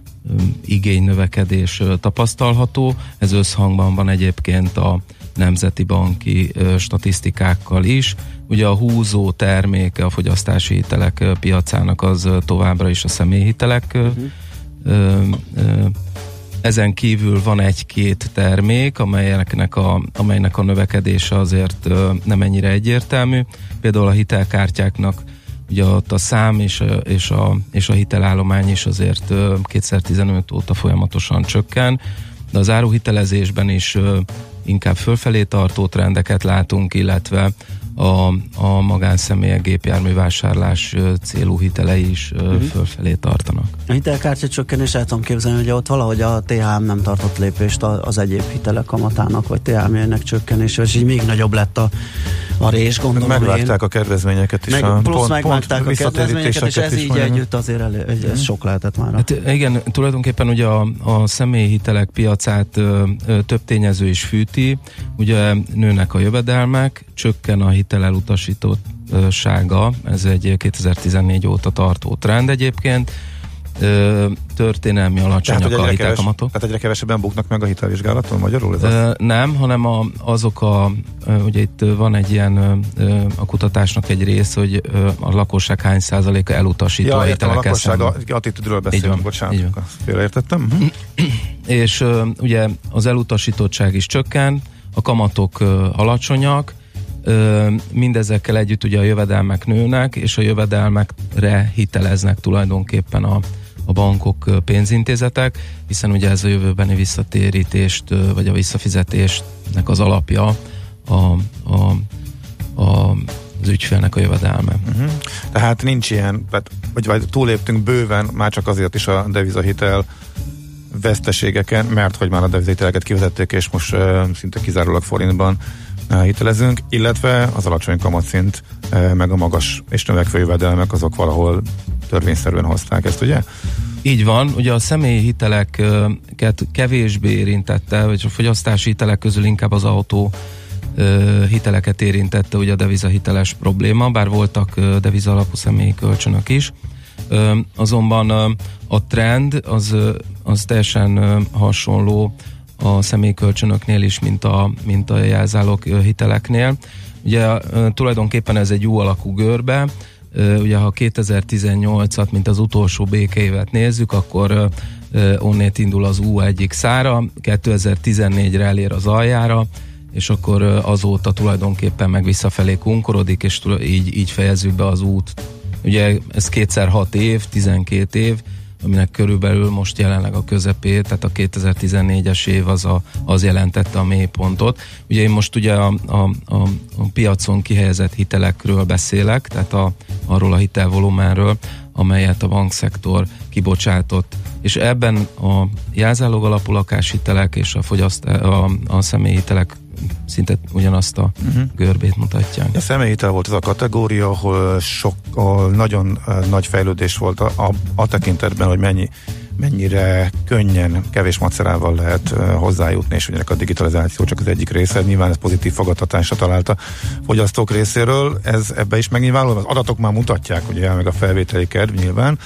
igénynövekedés ö, tapasztalható. Ez összhangban van egyébként a nemzeti banki ö, statisztikákkal is. Ugye a húzó terméke a fogyasztási hitelek ö, piacának az ö, továbbra is a személyhitelek. Ö, uh-huh. ö, ö, Ezen kívül van egy-két termék, amelynek a, amelynek a növekedése azért ö, nem ennyire egyértelmű. Például a hitelkártyáknak ugye ott a szám és a, és a, és a hitelállomány is azért ö, kétezer-tizenöt óta folyamatosan csökken, de az áruhitelezésben is ö, inkább fölfelé tartó trendeket látunk, illetve a, a magánszemélyek gépjárművásárlás célú hitelei is uh-huh. fölfelé tartanak. A hitelkártya csökkenés, el tudom képzelni, hogy ott valahogy a té há em nem tartott lépést az egyéb hitelek kamatának, vagy té há em-jének csökkenése, és így még nagyobb lett a, a rés, gondolom. Megvágták a kedvezményeket is. Meg, a plusz pont, megvágták pont a kedvezményeket, és ez így mondjam. együtt azért elő, ez mm. sok lehetett már. Hát igen, tulajdonképpen ugye a, a személyhitelek piacát ö, ö, több tényező is fűti, ugye nőnek a jövedelmek, csökken a hitel elutasítottsága, ez egy kétezer-tizennégy óta tartó trend egyébként, Ö, történelmi alacsonyak tehát, a hitelkamatok. Tehát egyre kevesebben buknak meg a hitelvizsgálaton magyarul? Ez Ö, nem, hanem a, azok a, ugye itt van egy ilyen ö, a kutatásnak egy rész, hogy ö, a lakosság hány százaléka elutasító ja, a hitelekkel szemben. Ja, a lakosság attitűdről beszélünk, bocsánat, félreértettem. Uh-huh. És ö, ugye az elutasítottság is csökken, a kamatok ö, alacsonyak, Ö, mindezekkel együtt ugye a jövedelmek nőnek, és a jövedelmekre hiteleznek tulajdonképpen a, a bankok, pénzintézetek, hiszen ugye ez a jövőbeni visszatérítést, vagy a visszafizetésnek az alapja a, a, a, az ügyfélnek a jövedelme. Uh-huh. Tehát nincs ilyen, vagy, vagy túléptünk bőven, már csak azért is a devizahitel veszteségeken, mert hogy már a devizahiteleket kivezették, és most uh, szinte kizárólag forintban hitelezünk, illetve az alacsony kamatszint, meg a magas és növekvő jövedelmek, azok valahol törvényszerűen hozták ezt, ugye? Így van, ugye a személyi hiteleket kevésbé érintette, vagy a fogyasztási hitelek közül inkább az autó hiteleket érintette ugye a devizahiteles probléma, bár voltak deviza alapú személyi kölcsönök is. Azonban a trend az, az teljesen hasonló a személykölcsönöknél is, mint a, mint a jelzálók hiteleknél. Ugye tulajdonképpen ez egy U alakú görbe, ugye ha kétezer-tizennyolcat, mint az utolsó békeévet nézzük, akkor onnét indul az U egyik szára, kétezer-tizennégyre elér az aljára, és akkor azóta tulajdonképpen meg visszafelé kunkorodik, és így, így fejezzük be az út. Ugye ez kétszer hat év, tizenkét év, aminek körülbelül most jelenleg a közepét, tehát a kétezer-tizennégyes év az, a, az jelentette a mélypontot. Ugye én most ugye a, a, a, a piacon kihelyezett hitelekről beszélek, tehát a, arról a hitelvolumenről, amelyet a bankszektor kibocsátott. És ebben a jelzálog alapú lakáshitelek és a, fogyaszt- a, a személyhitelek szinte ugyanazt a uh-huh. görbét mutatják. A személyhitel volt ez a kategória, ahol sok, ahol nagyon uh, nagy fejlődés volt a, a, a tekintetben, hogy mennyi, mennyire könnyen, kevés macerával lehet uh, hozzájutni, és ugye a digitalizáció csak az egyik része, nyilván ez pozitív fogadtatásra talált a fogyasztók részéről, ez ebbe is megnyilvánul, az adatok már mutatják, ugye meg a felvételi kedv nyilván,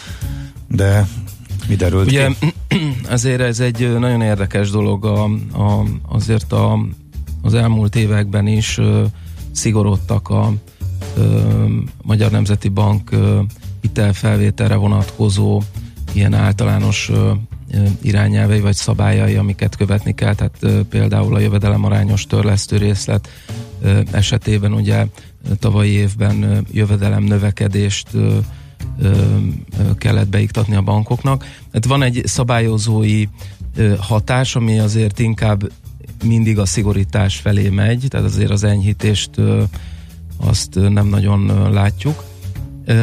de mi derült ugye, ki? Azért ez egy nagyon érdekes dolog, a, a, azért a az elmúlt években is ö, szigorodtak a ö, Magyar Nemzeti Bank ö, hitelfelvételre vonatkozó ilyen általános ö, irányelvei vagy szabályai, amiket követni kell, tehát ö, például a jövedelemarányos törlesztő részlet ö, esetében ugye tavalyi évben ö, jövedelem növekedést ö, ö, kellett beiktatni a bankoknak. Tehát van egy szabályozói ö, hatás, ami azért inkább mindig a szigorítás felé megy, tehát azért az enyhítést ö, azt ö, nem nagyon ö, látjuk. Ö,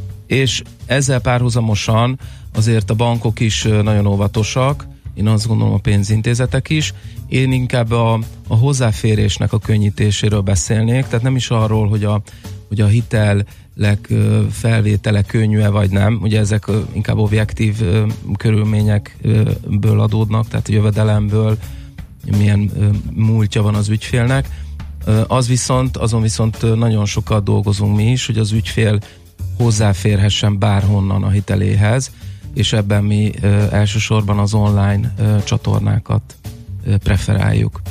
és ezzel párhuzamosan azért a bankok is ö, nagyon óvatosak, én azt gondolom a pénzintézetek is. Én inkább a, a hozzáférésnek a könnyítéséről beszélnék, tehát nem is arról, hogy a, hogy a hitelek ö, felvétele könnyű-e vagy nem, ugye ezek ö, inkább objektív ö, körülményekből adódnak, tehát a jövedelemből, milyen ö, múltja van az ügyfélnek. Ö, az viszont, azon viszont ö, nagyon sokat dolgozunk mi is, hogy az ügyfél hozzáférhessen bárhonnan a hiteléhez, és ebben mi ö, elsősorban az online ö, csatornákat ö, preferáljuk.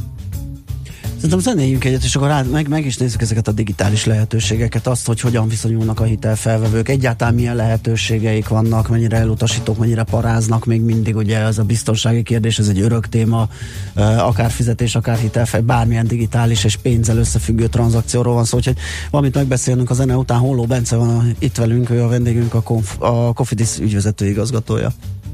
Szerintem zenéljünk egyet, és akkor rád, meg, meg is nézzük ezeket a digitális lehetőségeket, azt, hogy hogyan viszonyulnak a hitelfelvevők, egyáltalán milyen lehetőségeik vannak, mennyire elutasítók, mennyire paráznak, még mindig ugye ez a biztonsági kérdés, ez egy örök téma, akár fizetés, akár hitelfel, bármilyen digitális és pénzzel összefüggő tranzakcióról van szó, úgyhogy valamit megbeszélnünk a zene után. Holló Bence van a, itt velünk, ő a vendégünk, a, Conf, a Cofidis ügyvezető igazgatója.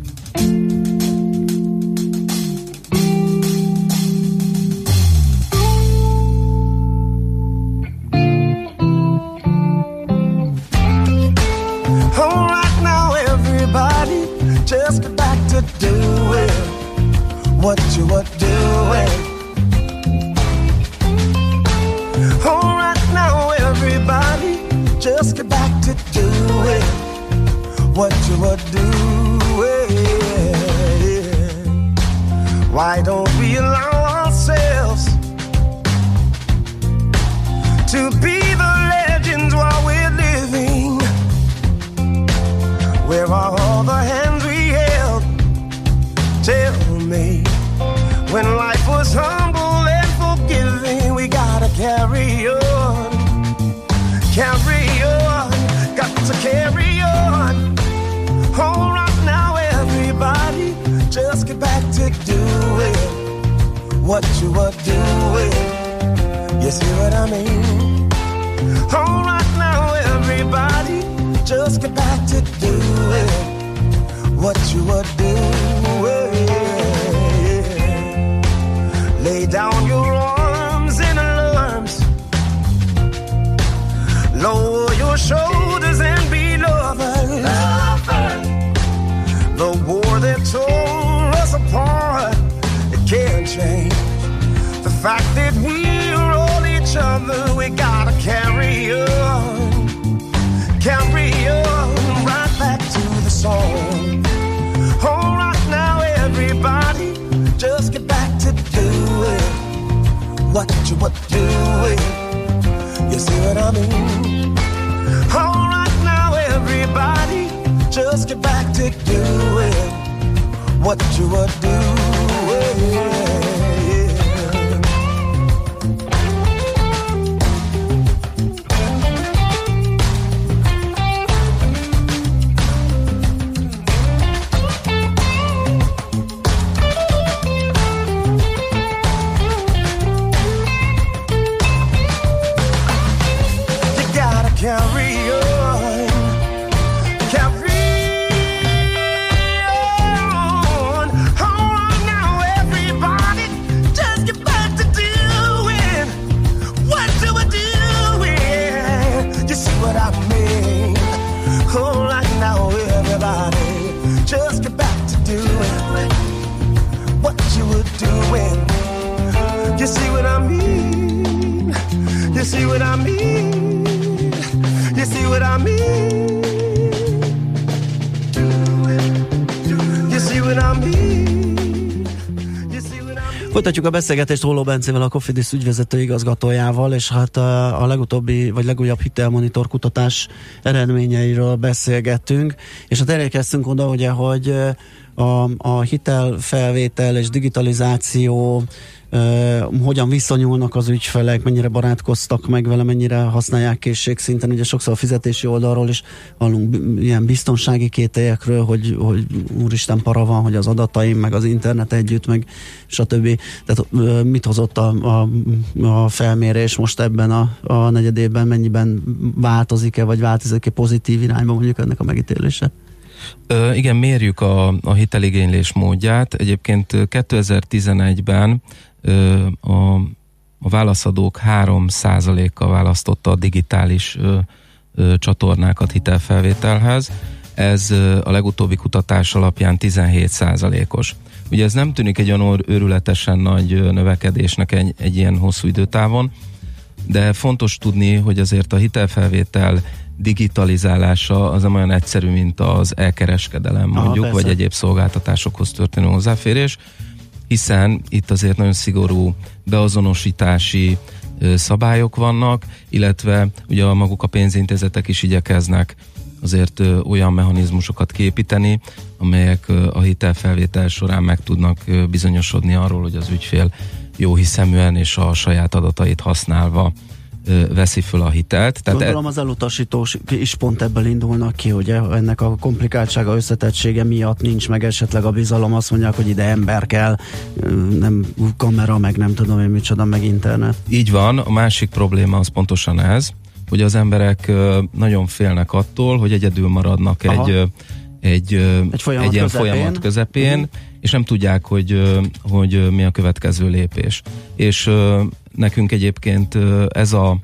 Just get back to doing what you were doing. All right now, everybody, just get back to doing what you were doing. Why don't we allow ourselves to be the legends while we're living? Where are all the hands we held? Tell me, when life was humble and forgiving, we gotta carry on, carry on, got to carry on. All right now, everybody, just get back to doing what you were doing. You see what I mean? All right now, everybody, just get back to doing what you were doing. Lay down your arms in alarms, lower your shoulders and be lovers. Lovers. The war that tore us apart, it can't change the fact that we're all each other. We gotta carry on, carry on, right back to the song. All right now, everybody, just get back to doing what you were doing. You see what I mean? All right now, everybody, just get back to doing what you were doing. just get back to doing what you were doing. You see what I mean? You see what I mean? You see what I mean? You see what I mean? Folytatjuk a beszélgetést Holló Bencével, a Cofidis ügyvezető igazgatójával, és hát a, a legutóbbi, vagy legújabb hitelmonitor kutatás eredményeiről beszélgettünk, és hát elérkeztünk oda, ugye, hogy a, a hitelfelvétel és digitalizáció Uh, hogyan viszonyulnak az ügyfelek, mennyire barátkoztak meg vele, mennyire használják készségszinten. Ugye sokszor a fizetési oldalról is hallunk b- ilyen biztonsági kételyekről, hogy, hogy úristen para van, hogy az adataim, meg az internet együtt, meg stb. Tehát uh, mit hozott a, a, a felmérés most ebben a, a negyedévben, mennyiben változik-e, vagy változik-e pozitív irányba mondjuk ennek a megítélése? Ö, igen, mérjük a, a hiteligénylés módját. Egyébként kétezer-tizenegyben ö, a, a válaszadók három százalékkal választotta a digitális ö, ö, csatornákat hitelfelvételhez. Ez ö, a legutóbbi kutatás alapján tizenhét százalékos. Ugye ez nem tűnik egy olyan őrületesen nagy ö, növekedésnek egy, egy ilyen hosszú időtávon, de fontos tudni, hogy azért a hitelfelvétel digitalizálása az nem olyan egyszerű, mint az elkereskedelem mondjuk, Aha, vagy egyéb szolgáltatásokhoz történő hozzáférés, hiszen itt azért nagyon szigorú beazonosítási ö, szabályok vannak, illetve ugye a maguk a pénzintézetek is igyekeznek azért ö, olyan mechanizmusokat képíteni, amelyek ö, a hitelfelvétel során meg tudnak ö, bizonyosodni arról, hogy az ügyfél jó hiszeműen és a saját adatait használva veszi föl a hitelt. Tehát Gondolom az elutasító is pont ebből indulnak ki, ugye ennek a komplikáltsága, összetettsége miatt nincs meg esetleg a bizalom, azt mondják, hogy ide ember kell, nem kamera, meg nem tudom én micsoda, meg internet. Így van, a másik probléma az pontosan ez, hogy az emberek nagyon félnek attól, hogy egyedül maradnak Aha. egy egy, egy, folyamat egy ilyen közepén. folyamat közepén, uh-huh. és nem tudják, hogy, hogy mi a következő lépés. És nekünk egyébként ez a,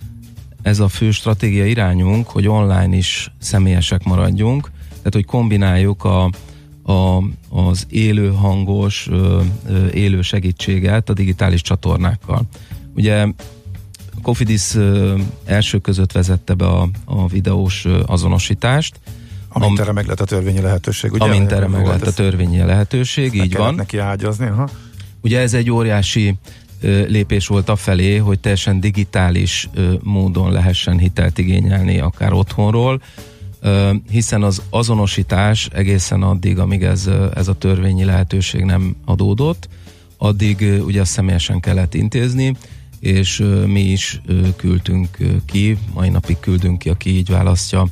ez a fő stratégia irányunk, hogy online is személyesek maradjunk, tehát hogy kombináljuk a, a, az élő hangos, élő segítséget a digitális csatornákkal. Ugye a Cofidis első között vezette be a, a videós azonosítást, Amint erre meg lett a törvényi lehetőség, ugye? Amint erre meg lett a törvényi lehetőség, így van. Neki ágyazni, aha. Ugye ez egy óriási ö, lépés volt afelé, hogy teljesen digitális ö, módon lehessen hitelt igényelni, akár otthonról, ö, hiszen az azonosítás egészen addig, amíg ez, ez a törvényi lehetőség nem adódott, addig ö, ugye azt személyesen kellett intézni, és ö, mi is ö, küldtünk ö, ki, mai napig küldünk ki, aki így választja,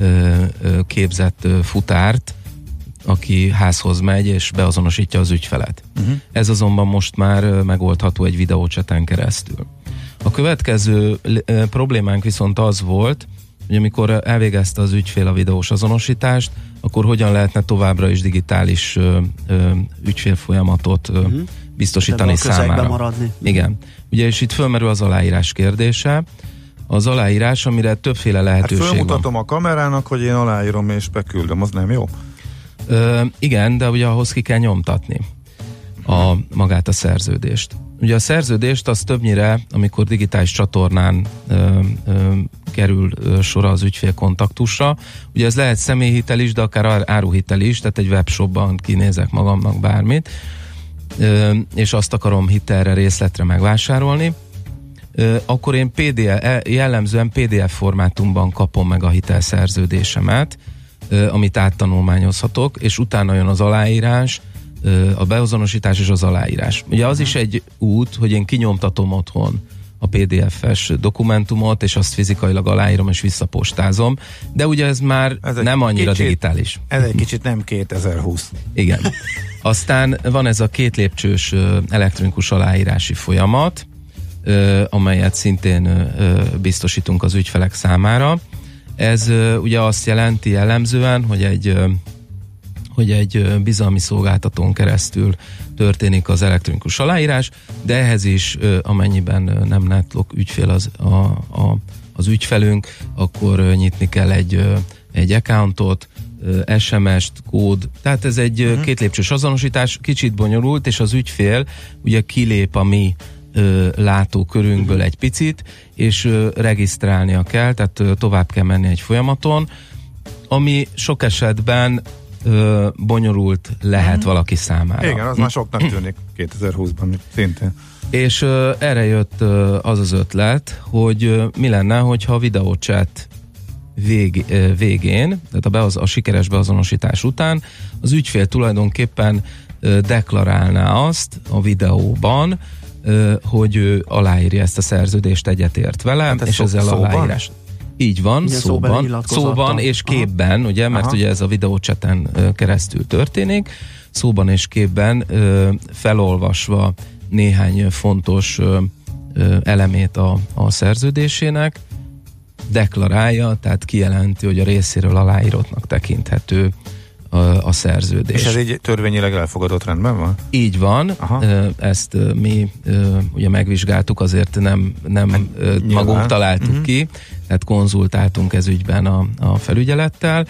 képzett futárt, aki házhoz megy és beazonosítja az ügyfelet. Uh-huh. Ez azonban most már megoldható egy videócseten keresztül. A következő problémánk viszont az volt, hogy amikor elvégezte az ügyfél a videós azonosítást, akkor hogyan lehetne továbbra is digitális ö, ö, ügyfélfolyamatot ö, uh-huh. biztosítani számára. Maradni. Igen. Ugye és itt fölmerül az aláírás kérdése. Az aláírás, amire többféle lehetőség hát fölmutatom van. a kamerának, hogy én aláírom és beküldöm, az nem jó? Ö, igen, de ugye ahhoz ki kell nyomtatni a, magát a szerződést. Ugye a szerződést az többnyire, amikor digitális csatornán ö, ö, kerül ö, sor az ügyfél kontaktusra, ugye ez lehet személyhitel is, de akár áruhitel is, tehát egy webshopban kinézek magamnak bármit, ö, és azt akarom hitelre, részletre megvásárolni, akkor én pé dé ef, jellemzően pé dé ef formátumban kapom meg a hitelszerződésemet, amit áttanulmányozhatok, és utána jön az aláírás, a beazonosítás és az aláírás. Ugye az is egy út, hogy én kinyomtatom otthon a pé dé ef-es dokumentumot, és azt fizikailag aláírom és visszapostázom, de ugye ez már ez nem annyira kicsit, digitális. Ez egy kicsit nem kétezer-húsz. Igen. Aztán van ez a két lépcsős elektronikus aláírási folyamat, amelyet szintén biztosítunk az ügyfelek számára. Ez ugye azt jelenti jellemzően, hogy egy, hogy egy bizalmi szolgáltatón keresztül történik az elektronikus aláírás, de ehhez is, amennyiben nem netlog ügyfél az, a, a, az ügyfelünk, akkor nyitni kell egy, egy accountot, es em es-t, kód, tehát ez egy uh-huh. két lépcsős azonosítás, kicsit bonyolult, és az ügyfél ugye kilép a mi ö, látókörünkből uh-huh. egy picit, és ö, regisztrálnia kell, tehát ö, tovább kell menni egy folyamaton, ami sok esetben ö, bonyolult lehet uh-huh. valaki számára. Igen, az már soknak tűnik kétezer-húszban szintén. És ö, erre jött ö, az az ötlet, hogy ö, mi lenne, hogyha a videóchat Vég, végén, tehát a, beaz, a sikeres beazonosítás után az ügyfél tulajdonképpen ö, deklarálná azt a videóban, ö, hogy ő aláírja ezt a szerződést, egyetért vele, hát ez és szó, ezzel szóban? Aláírás. Így van, ugye, szóban, szóban és képben, aha. ugye, mert aha. ugye ez a videóchaten ö, keresztül történik, szóban és képben ö, felolvasva néhány fontos ö, ö, elemét a, a szerződésének, deklarálja, tehát kijelenti, hogy a részéről aláírottnak tekinthető a, a szerződés. És ez egy törvényileg elfogadott rendben van? Így van. Aha. Ezt mi ugye megvizsgáltuk, azért nem, nem hát, magunk találtuk uh-huh. ki, tehát konzultáltunk ez ügyben a, a felügyelettel.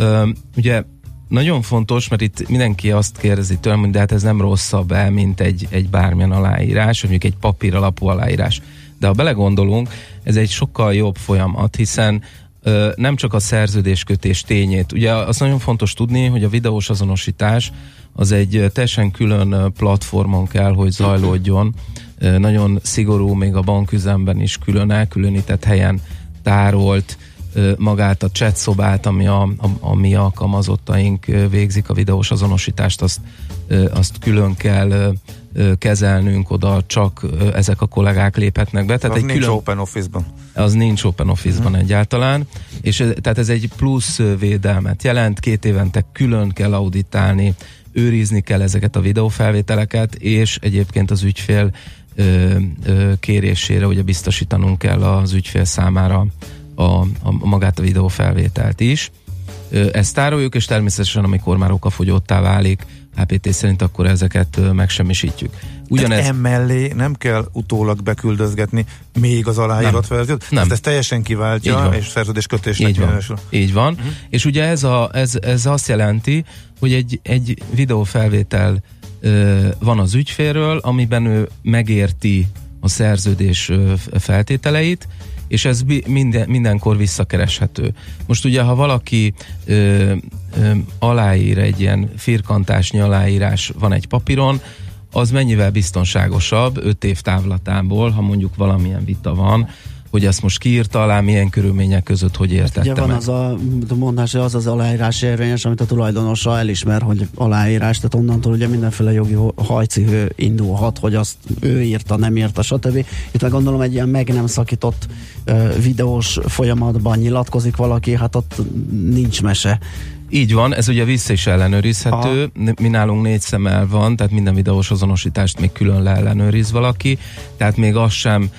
Ugye nagyon fontos, mert itt mindenki azt kérdezi tőlem, hogy de hát ez nem rosszabb el, mint egy, egy bármilyen aláírás, vagy mondjuk egy papír alapú aláírás. De ha belegondolunk, ez egy sokkal jobb folyamat, hiszen ö, nem csak a szerződéskötés tényét. Ugye azt nagyon fontos tudni, hogy a videós azonosítás az egy teljesen külön platformon kell, hogy zajlódjon. Ö, nagyon szigorú, még a banküzemben is külön elkülönített helyen tárolt ö, magát a chat szobát, ami a, a, a mi alkalmazottaink végzik a videós azonosítást, azt, ö, azt külön kell ö, kezelnünk, oda csak ezek a kollégák léphetnek be. Tehát az egy nincs külön, Open Office-ban. Az nincs Open Office-ban uh-huh. egyáltalán, és tehát ez egy plusz védelmet jelent, két évente külön kell auditálni, őrizni kell ezeket a videófelvételeket, és egyébként az ügyfél ö, ö, kérésére ugye biztosítanunk kell az ügyfél számára a, a, a magát a videófelvételt is. Ö, ezt tároljuk, és természetesen amikor már okafogyottá válik há pé té szerint, akkor ezeket ö, megsemmisítjük. Ugyanez... emellé nem kell utólag beküldözgetni még az aláírott verziót? Nem. Ezt, ezt teljesen kiváltja, és szerződéskötésnek Így van. Így van. Uh-huh. És ugye ez, a, ez, ez azt jelenti, hogy egy, egy videófelvétel ö, van az ügyfélről, amiben ő megérti a szerződés ö, feltételeit, és ez minden, mindenkor visszakereshető. Most ugye, ha valaki ö, ö, aláír egy ilyen firkantásnyi aláírás van egy papíron, az mennyivel biztonságosabb öt év távlatából, ha mondjuk valamilyen vita van, hogy ezt most kiírta alá, milyen körülmények között, hogy értette ugye van meg. Az a mondás, hogy az az aláírás érvényes, amit a tulajdonosa elismer, hogy aláírás, tehát onnantól ugye mindenféle jogi hajcihő indulhat, hogy azt ő írta, nem írta, stb. Itt meg gondolom egy ilyen meg nem szakított uh, videós folyamatban nyilatkozik valaki, hát ott nincs mese. Így van, ez ugye vissza is ellenőrizhető. Aha. Mi nálunk négy szemmel van, tehát minden videós azonosítást még külön leellenőriz valaki, tehát még az sem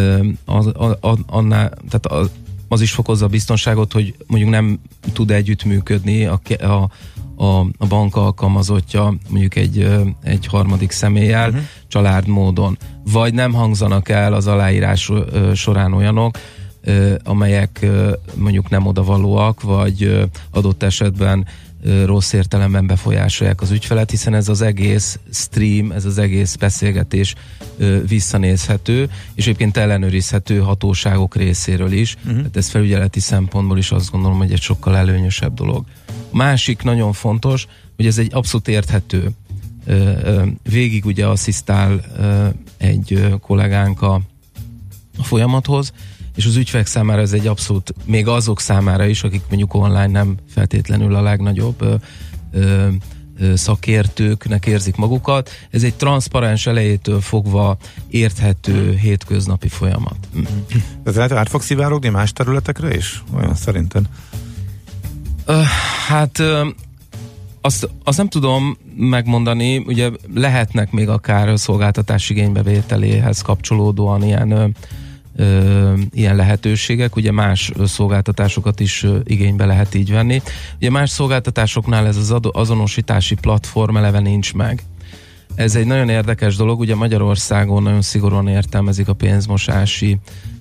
az, az, az, annál, tehát az, az is fokozza a biztonságot, hogy mondjuk nem tud együttműködni a, a, a, a bank alkalmazottja mondjuk egy, egy harmadik személlyel uh-huh. családmódon, vagy nem hangzanak el az aláírás során olyanok, amelyek mondjuk nem odavalóak, vagy adott esetben rossz értelemben befolyásolják az ügyfelet, hiszen ez az egész stream, ez az egész beszélgetés visszanézhető, és egyébként ellenőrizhető hatóságok részéről is. Uh-huh. Tehát ez felügyeleti szempontból is azt gondolom, hogy egy sokkal előnyösebb dolog. A másik nagyon fontos, hogy ez egy abszolút érthető. Végig ugye asszisztál egy kollégánk a, a folyamathoz, és az ügyfelek számára ez egy abszolút, még azok számára is, akik mondjuk online nem feltétlenül a legnagyobb ö, ö, ö, szakértőknek érzik magukat. Ez egy transzparens elejétől fogva érthető hétköznapi folyamat. Ez lehet át fog szivárogni más területekre is? Olyan szerinted? Ö, hát ö, azt, azt nem tudom megmondani, ugye lehetnek még akár szolgáltatás igénybevételéhez kapcsolódóan ilyen ö, Ö, ilyen lehetőségek, ugye más szolgáltatásokat is ö, igénybe lehet így venni. Ugye más szolgáltatásoknál ez az azonosítási platform eleve nincs meg. Ez egy nagyon érdekes dolog, ugye Magyarországon nagyon szigorúan értelmezik a pénzmosási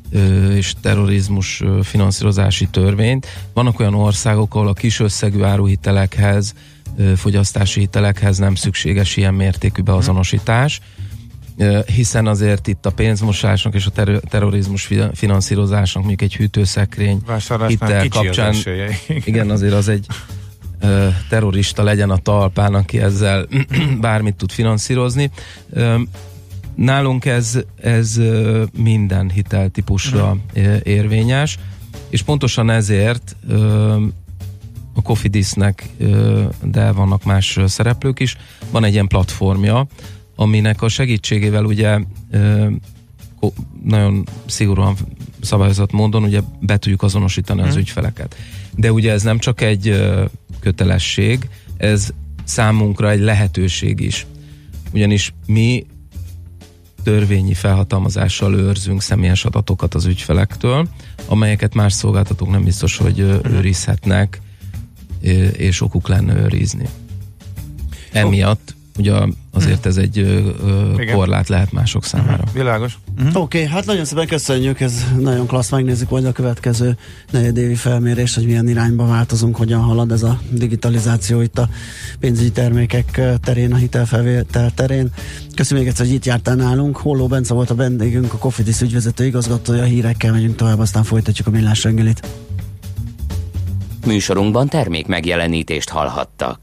és terrorizmus finanszírozási törvényt. Vannak olyan országok, ahol a kis összegű áruhitelekhez, fogyasztási hitelekhez nem szükséges ilyen mértékű beazonosítás, hiszen azért itt a pénzmosásnak és a ter- terrorizmus finanszírozásnak mondjuk egy hűtőszekrény hitel kapcsán, az igen, azért az egy uh, terrorista legyen a talpán, aki ezzel bármit tud finanszírozni. Uh, nálunk ez, ez uh, minden hiteltípusra uh, érvényes, és pontosan ezért uh, a Cofidisnek, uh, de vannak más uh, szereplők is, van egy ilyen platformja, aminek a segítségével ugye nagyon szigorúan szabályozott módon ugye be tudjuk azonosítani az ügyfeleket. De ugye ez nem csak egy kötelesség, ez számunkra egy lehetőség is. Ugyanis mi törvényi felhatalmazással őrzünk személyes adatokat az ügyfelektől, amelyeket más szolgáltatók nem biztos, hogy őrizhetnek, és okuk lenne őrizni. Emiatt ugye azért ez egy ö, ö, korlát lehet mások számára. Uh-huh. Világos. Uh-huh. Oké, okay, hát nagyon szépen köszönjük, ez nagyon klassz, megnézzük majd a következő negyedévi felmérés, hogy milyen irányba változunk, hogyan halad ez a digitalizáció itt a pénzügyi termékek terén, a hitelfelvétel terén. Köszönjük még egyszer, hogy itt jártál nálunk. Holló Bence volt a vendégünk, a Cofidis ügyvezető igazgatója, hírekkel megyünk tovább, aztán folytatjuk a millás reggelit. Műsorunkban termék megjelenítést hallhattak.